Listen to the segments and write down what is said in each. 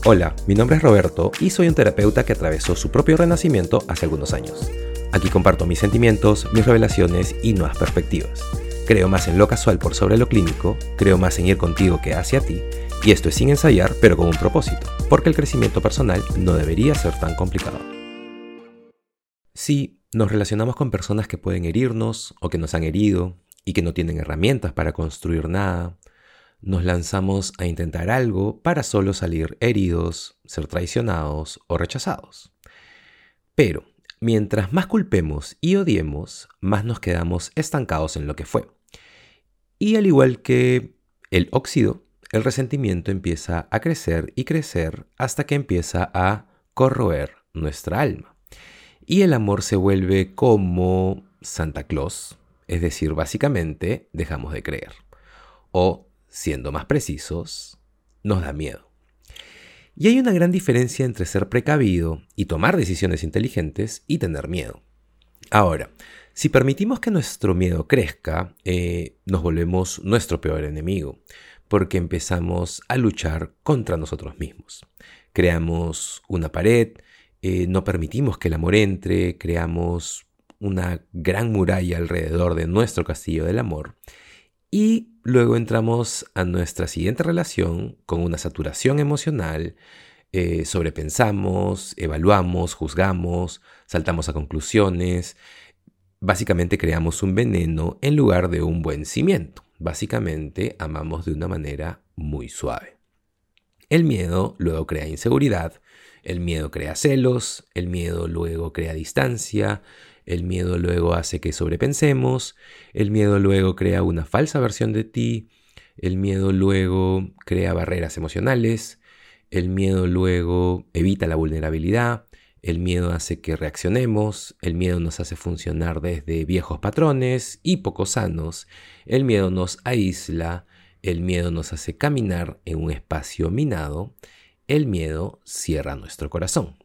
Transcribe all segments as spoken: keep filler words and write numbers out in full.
Hola, mi nombre es Roberto y soy un terapeuta que atravesó su propio renacimiento hace algunos años. Aquí comparto mis sentimientos, mis revelaciones y nuevas perspectivas. Creo más en lo casual por sobre lo clínico, creo más en ir contigo que hacia ti, y esto es sin ensayar pero con un propósito, porque el crecimiento personal no debería ser tan complicado. Sí, nos relacionamos con personas que pueden herirnos o que nos han herido y que no tienen herramientas para construir nada. Nos lanzamos a intentar algo para solo salir heridos, ser traicionados o rechazados. Pero, mientras más culpemos y odiemos, más nos quedamos estancados en lo que fue. Y al igual que el óxido, el resentimiento empieza a crecer y crecer hasta que empieza a corroer nuestra alma. Y el amor se vuelve como Santa Claus, es decir, básicamente dejamos de creer. O siendo más precisos, nos da miedo. Y hay una gran diferencia entre ser precavido y tomar decisiones inteligentes y tener miedo. Ahora, si permitimos que nuestro miedo crezca, eh, nos volvemos nuestro peor enemigo, porque empezamos a luchar contra nosotros mismos. Creamos una pared, eh, no permitimos que el amor entre, creamos una gran muralla alrededor de nuestro castillo del amor. Y luego entramos a nuestra siguiente relación con una saturación emocional, eh, sobrepensamos, evaluamos, juzgamos, saltamos a conclusiones. Básicamente creamos un veneno en lugar de un buen cimiento. Básicamente amamos de una manera muy suave. El miedo luego crea inseguridad, el miedo crea celos, el miedo luego crea distancia. El miedo luego hace que sobrepensemos, el miedo luego crea una falsa versión de ti, el miedo luego crea barreras emocionales, el miedo luego evita la vulnerabilidad, el miedo hace que reaccionemos, el miedo nos hace funcionar desde viejos patrones y poco sanos, el miedo nos aísla, el miedo nos hace caminar en un espacio minado, el miedo cierra nuestro corazón.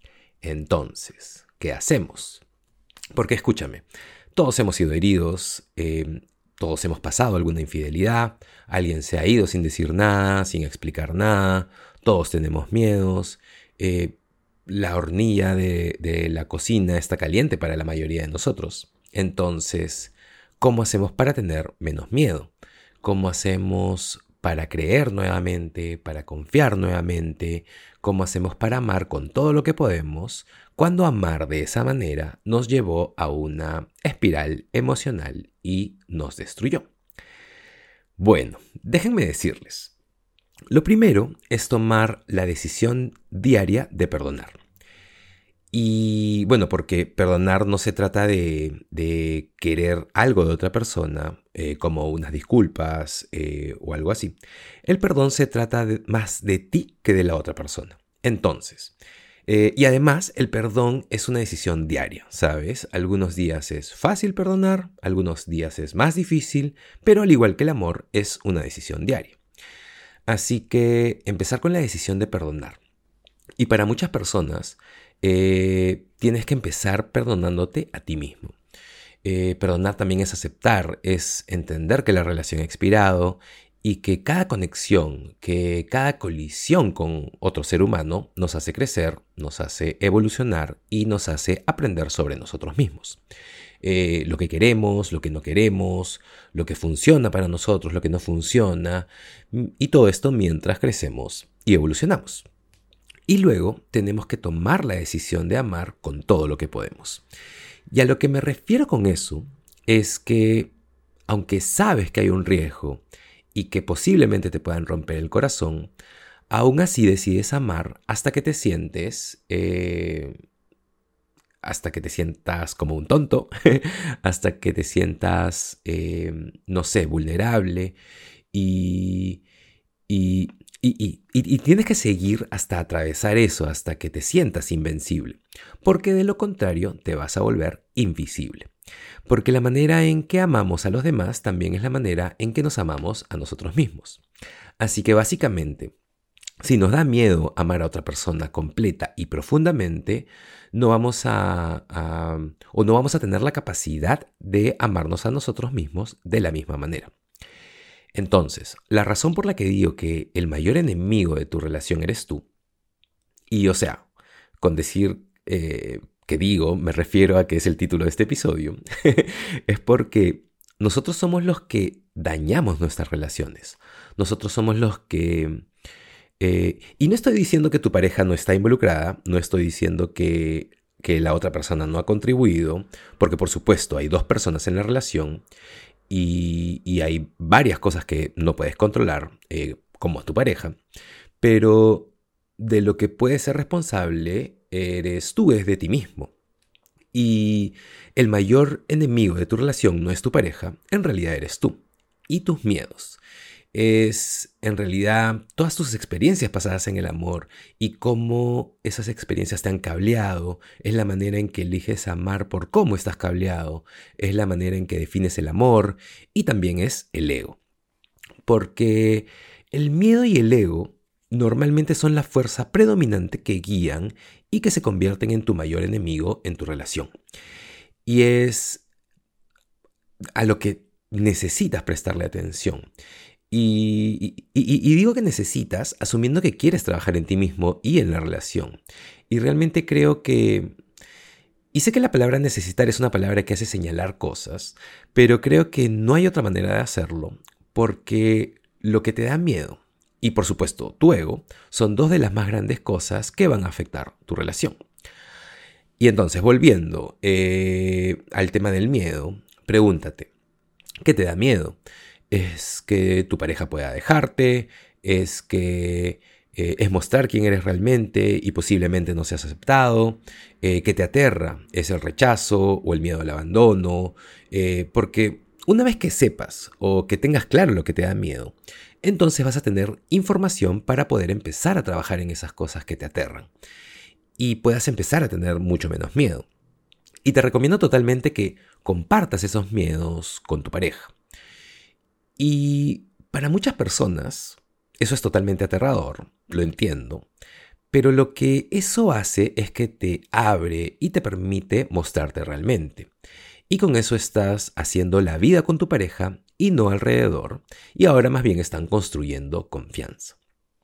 Entonces, ¿qué hacemos? Porque escúchame, todos hemos sido heridos, eh, todos hemos pasado alguna infidelidad, alguien se ha ido sin decir nada, sin explicar nada, todos tenemos miedos, eh, la hornilla de, de la cocina está caliente para la mayoría de nosotros. Entonces, ¿cómo hacemos para tener menos miedo? ¿Cómo hacemos para creer nuevamente, para confiar nuevamente? ¿Cómo hacemos para amar con todo lo que podemos cuando amar de esa manera nos llevó a una espiral emocional y nos destruyó? Bueno, déjenme decirles. Lo primero es tomar la decisión diaria de perdonar. Y bueno, porque perdonar no se trata de, de querer algo de otra persona, eh, como unas disculpas eh, o algo así. El perdón se trata de, más de ti que de la otra persona. Entonces, eh, y además el perdón es una decisión diaria, ¿sabes? Algunos días es fácil perdonar, algunos días es más difícil, pero al igual que el amor es una decisión diaria. Así que empezar con la decisión de perdonar. Y para muchas personas, eh, tienes que empezar perdonándote a ti mismo. Eh, perdonar también es aceptar, es entender que la relación ha expirado y que cada conexión, que cada colisión con otro ser humano nos hace crecer, nos hace evolucionar y nos hace aprender sobre nosotros mismos. Eh, lo que queremos, lo que no queremos, lo que funciona para nosotros, lo que no funciona, y todo esto mientras crecemos y evolucionamos. Y luego tenemos que tomar la decisión de amar con todo lo que podemos. Y a lo que me refiero con eso es que, aunque sabes que hay un riesgo y que posiblemente te puedan romper el corazón, aún así decides amar hasta que te sientes, eh, hasta que te sientas como un tonto, hasta que te sientas, eh, no sé, vulnerable y... y Y, y, y tienes que seguir hasta atravesar eso, hasta que te sientas invencible, porque de lo contrario te vas a volver invisible. Porque la manera en que amamos a los demás también es la manera en que nos amamos a nosotros mismos. Así que básicamente, si nos da miedo amar a otra persona completa y profundamente, no vamos a, a o no vamos a tener la capacidad de amarnos a nosotros mismos de la misma manera. Entonces, la razón por la que digo que el mayor enemigo de tu relación eres tú Y o sea, con decir eh, que digo, me refiero a que es el título de este episodio, es porque nosotros somos los que dañamos nuestras relaciones. Nosotros somos los que... Eh, y no estoy diciendo que tu pareja no está involucrada, no estoy diciendo que, que la otra persona no ha contribuido, porque por supuesto hay dos personas en la relación y, y hay varias cosas que no puedes controlar, eh, como a tu pareja, pero de lo que puedes ser responsable eres tú, es de ti mismo. Y el mayor enemigo de tu relación no es tu pareja, en realidad eres tú y tus miedos. Es en realidad todas tus experiencias pasadas en el amor y cómo esas experiencias te han cableado, es la manera en que eliges amar por cómo estás cableado, es la manera en que defines el amor y también es el ego. Porque el miedo y el ego normalmente son la fuerza predominante que guían y que se convierten en tu mayor enemigo en tu relación. Y es a lo que necesitas prestarle atención. Y, y, y, digo que necesitas asumiendo que quieres trabajar en ti mismo y en la relación. Y realmente creo que... Y sé que la palabra necesitar es una palabra que hace señalar cosas, pero creo que no hay otra manera de hacerlo, porque lo que te da miedo, y por supuesto tu ego, son dos de las más grandes cosas que van a afectar tu relación. Y entonces, volviendo eh, al tema del miedo, pregúntate, ¿qué te da miedo? Es que tu pareja pueda dejarte, es que eh, es mostrar quién eres realmente y posiblemente no seas aceptado, eh, que te aterra, es el rechazo o el miedo al abandono, eh, porque una vez que sepas o que tengas claro lo que te da miedo, entonces vas a tener información para poder empezar a trabajar en esas cosas que te aterran y puedas empezar a tener mucho menos miedo. Y te recomiendo totalmente que compartas esos miedos con tu pareja. Y para muchas personas eso es totalmente aterrador, lo entiendo, pero lo que eso hace es que te abre y te permite mostrarte realmente. Y con eso estás haciendo la vida con tu pareja y no alrededor, y ahora más bien están construyendo confianza.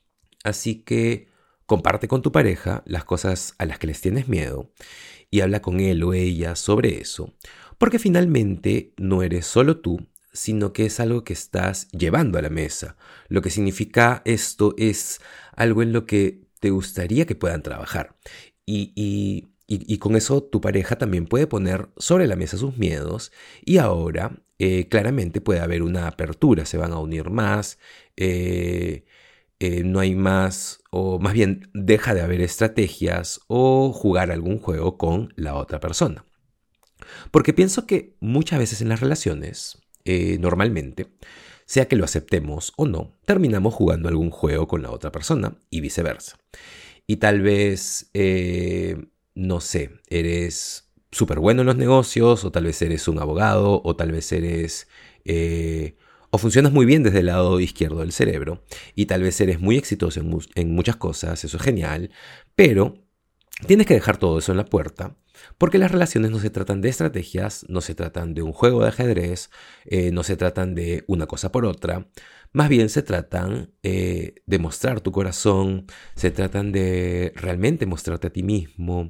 Así que comparte con tu pareja las cosas a las que les tienes miedo y habla con él o ella sobre eso, porque finalmente no eres solo tú, sino que es algo que estás llevando a la mesa. Lo que significa esto es algo en lo que te gustaría que puedan trabajar. Y, y, y, y con eso tu pareja también puede poner sobre la mesa sus miedos y ahora eh, claramente puede haber una apertura, se van a unir más, eh, eh, no hay más, o más bien deja de haber estrategias o jugar algún juego con la otra persona. Porque pienso que muchas veces en las relaciones, Eh, normalmente, sea que lo aceptemos o no, terminamos jugando algún juego con la otra persona y viceversa. Y tal vez, eh, no sé, eres súper bueno en los negocios, o tal vez eres un abogado, o tal vez eres... Eh, o funcionas muy bien desde el lado izquierdo del cerebro, y tal vez eres muy exitoso en, mu en muchas cosas, eso es genial, pero tienes que dejar todo eso en la puerta, porque las relaciones no se tratan de estrategias, no se tratan de un juego de ajedrez, eh, no se tratan de una cosa por otra, más bien se tratan eh, de mostrar tu corazón, se tratan de realmente mostrarte a ti mismo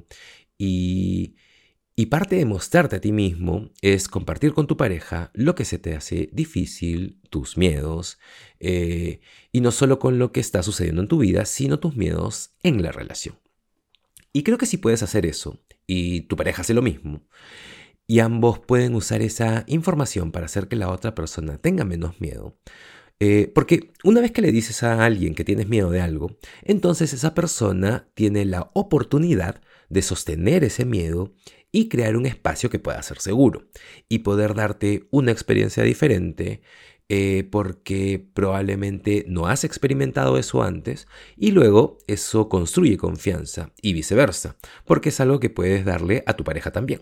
y, y parte de mostrarte a ti mismo es compartir con tu pareja lo que se te hace difícil, tus miedos, eh, y no solo con lo que está sucediendo en tu vida, sino tus miedos en la relación. Y creo que si puedes hacer eso, y tu pareja hace lo mismo, y ambos pueden usar esa información para hacer que la otra persona tenga menos miedo, eh, porque una vez que le dices a alguien que tienes miedo de algo, entonces esa persona tiene la oportunidad de sostener ese miedo y crear un espacio que pueda ser seguro y poder darte una experiencia diferente, Eh, porque probablemente no has experimentado eso antes y luego eso construye confianza y viceversa, porque es algo que puedes darle a tu pareja también.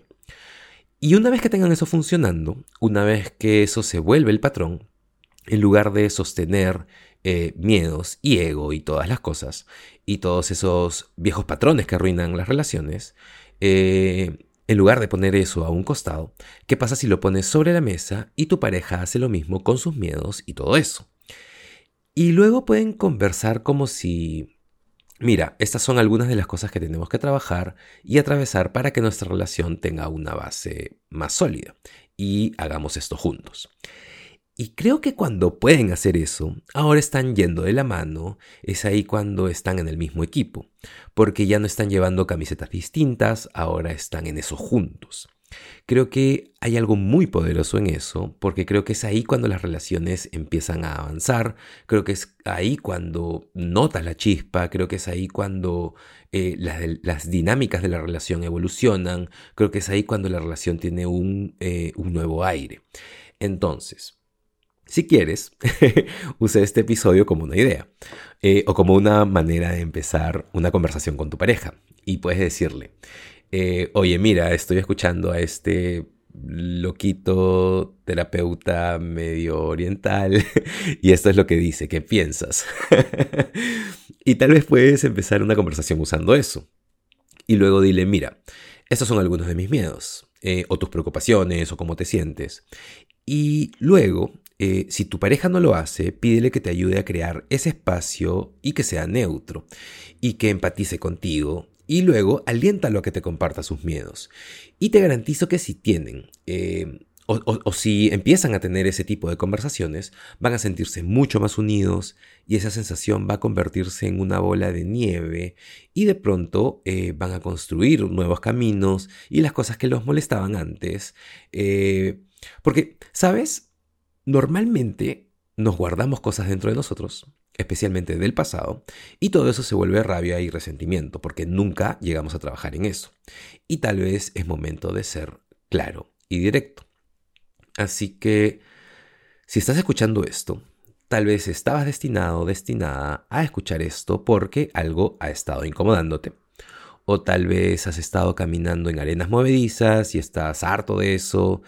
Y una vez que tengan eso funcionando, una vez que eso se vuelve el patrón, en lugar de sostener eh, miedos y ego y todas las cosas, y todos esos viejos patrones que arruinan las relaciones, eh, en lugar de poner eso a un costado, ¿qué pasa si lo pones sobre la mesa y tu pareja hace lo mismo con sus miedos y todo eso? Y luego pueden conversar como si mira, estas son algunas de las cosas que tenemos que trabajar y atravesar para que nuestra relación tenga una base más sólida y hagamos esto juntos. Y creo que cuando pueden hacer eso, ahora están yendo de la mano, es ahí cuando están en el mismo equipo, porque ya no están llevando camisetas distintas, ahora están en eso juntos. Creo que hay algo muy poderoso en eso, porque creo que es ahí cuando las relaciones empiezan a avanzar, creo que es ahí cuando notas la chispa, creo que es ahí cuando eh, las, las dinámicas de la relación evolucionan, creo que es ahí cuando la relación tiene un, eh, un nuevo aire. Entonces, si quieres, usa este episodio como una idea eh, o como una manera de empezar una conversación con tu pareja. Y puedes decirle, eh, oye, mira, estoy escuchando a este loquito terapeuta medio oriental y esto es lo que dice, ¿qué piensas? Y tal vez puedes empezar una conversación usando eso. Y luego dile, mira, estos son algunos de mis miedos, eh, o tus preocupaciones, o cómo te sientes. Y luego, eh, si tu pareja no lo hace, pídele que te ayude a crear ese espacio y que sea neutro y que empatice contigo. Y luego, aliéntalo a que te comparta sus miedos. Y te garantizo que si tienen, eh, o, o, o si empiezan a tener ese tipo de conversaciones, van a sentirse mucho más unidos y esa sensación va a convertirse en una bola de nieve y de pronto eh, van a construir nuevos caminos y las cosas que los molestaban antes. Eh, porque, ¿sabes? Normalmente nos guardamos cosas dentro de nosotros, especialmente del pasado, y todo eso se vuelve rabia y resentimiento, porque nunca llegamos a trabajar en eso. Y tal vez es momento de ser claro y directo. Así que, si estás escuchando esto, tal vez estabas destinado o destinada a escuchar esto porque algo ha estado incomodándote. O tal vez has estado caminando en arenas movedizas y estás harto de eso.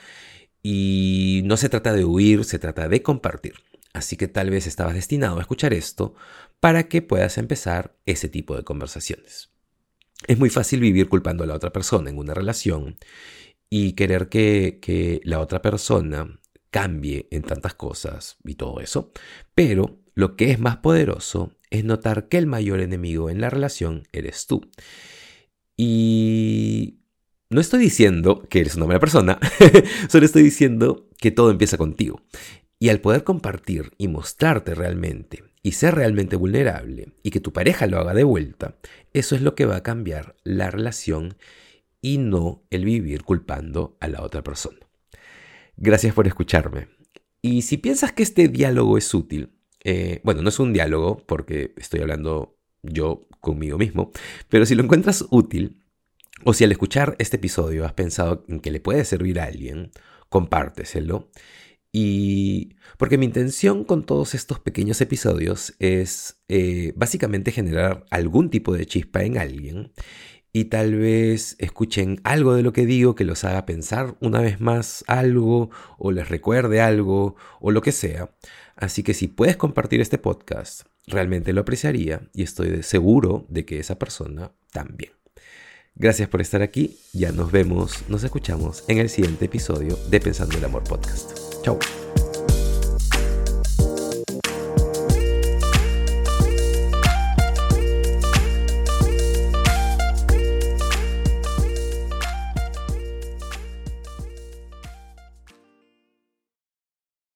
Y no se trata de huir, se trata de compartir. Así que tal vez estabas destinado a escuchar esto para que puedas empezar ese tipo de conversaciones. Es muy fácil vivir culpando a la otra persona en una relación y querer que, que la otra persona cambie en tantas cosas y todo eso. Pero lo que es más poderoso es notar que el mayor enemigo en la relación eres tú. Y no estoy diciendo que eres una mala persona, solo estoy diciendo que todo empieza contigo. Y al poder compartir y mostrarte realmente y ser realmente vulnerable y que tu pareja lo haga de vuelta, eso es lo que va a cambiar la relación y no el vivir culpando a la otra persona. Gracias por escucharme. Y si piensas que este diálogo es útil, eh, bueno, no es un diálogo porque estoy hablando yo conmigo mismo, pero si lo encuentras útil, o si al escuchar este episodio has pensado en que le puede servir a alguien, compárteselo. Y porque mi intención con todos estos pequeños episodios es eh, básicamente generar algún tipo de chispa en alguien y tal vez escuchen algo de lo que digo que los haga pensar una vez más algo o les recuerde algo o lo que sea. Así que si puedes compartir este podcast, realmente lo apreciaría y estoy seguro de que esa persona también. Gracias por estar aquí, ya nos vemos, nos escuchamos en el siguiente episodio de Pensando el Amor Podcast. Chau.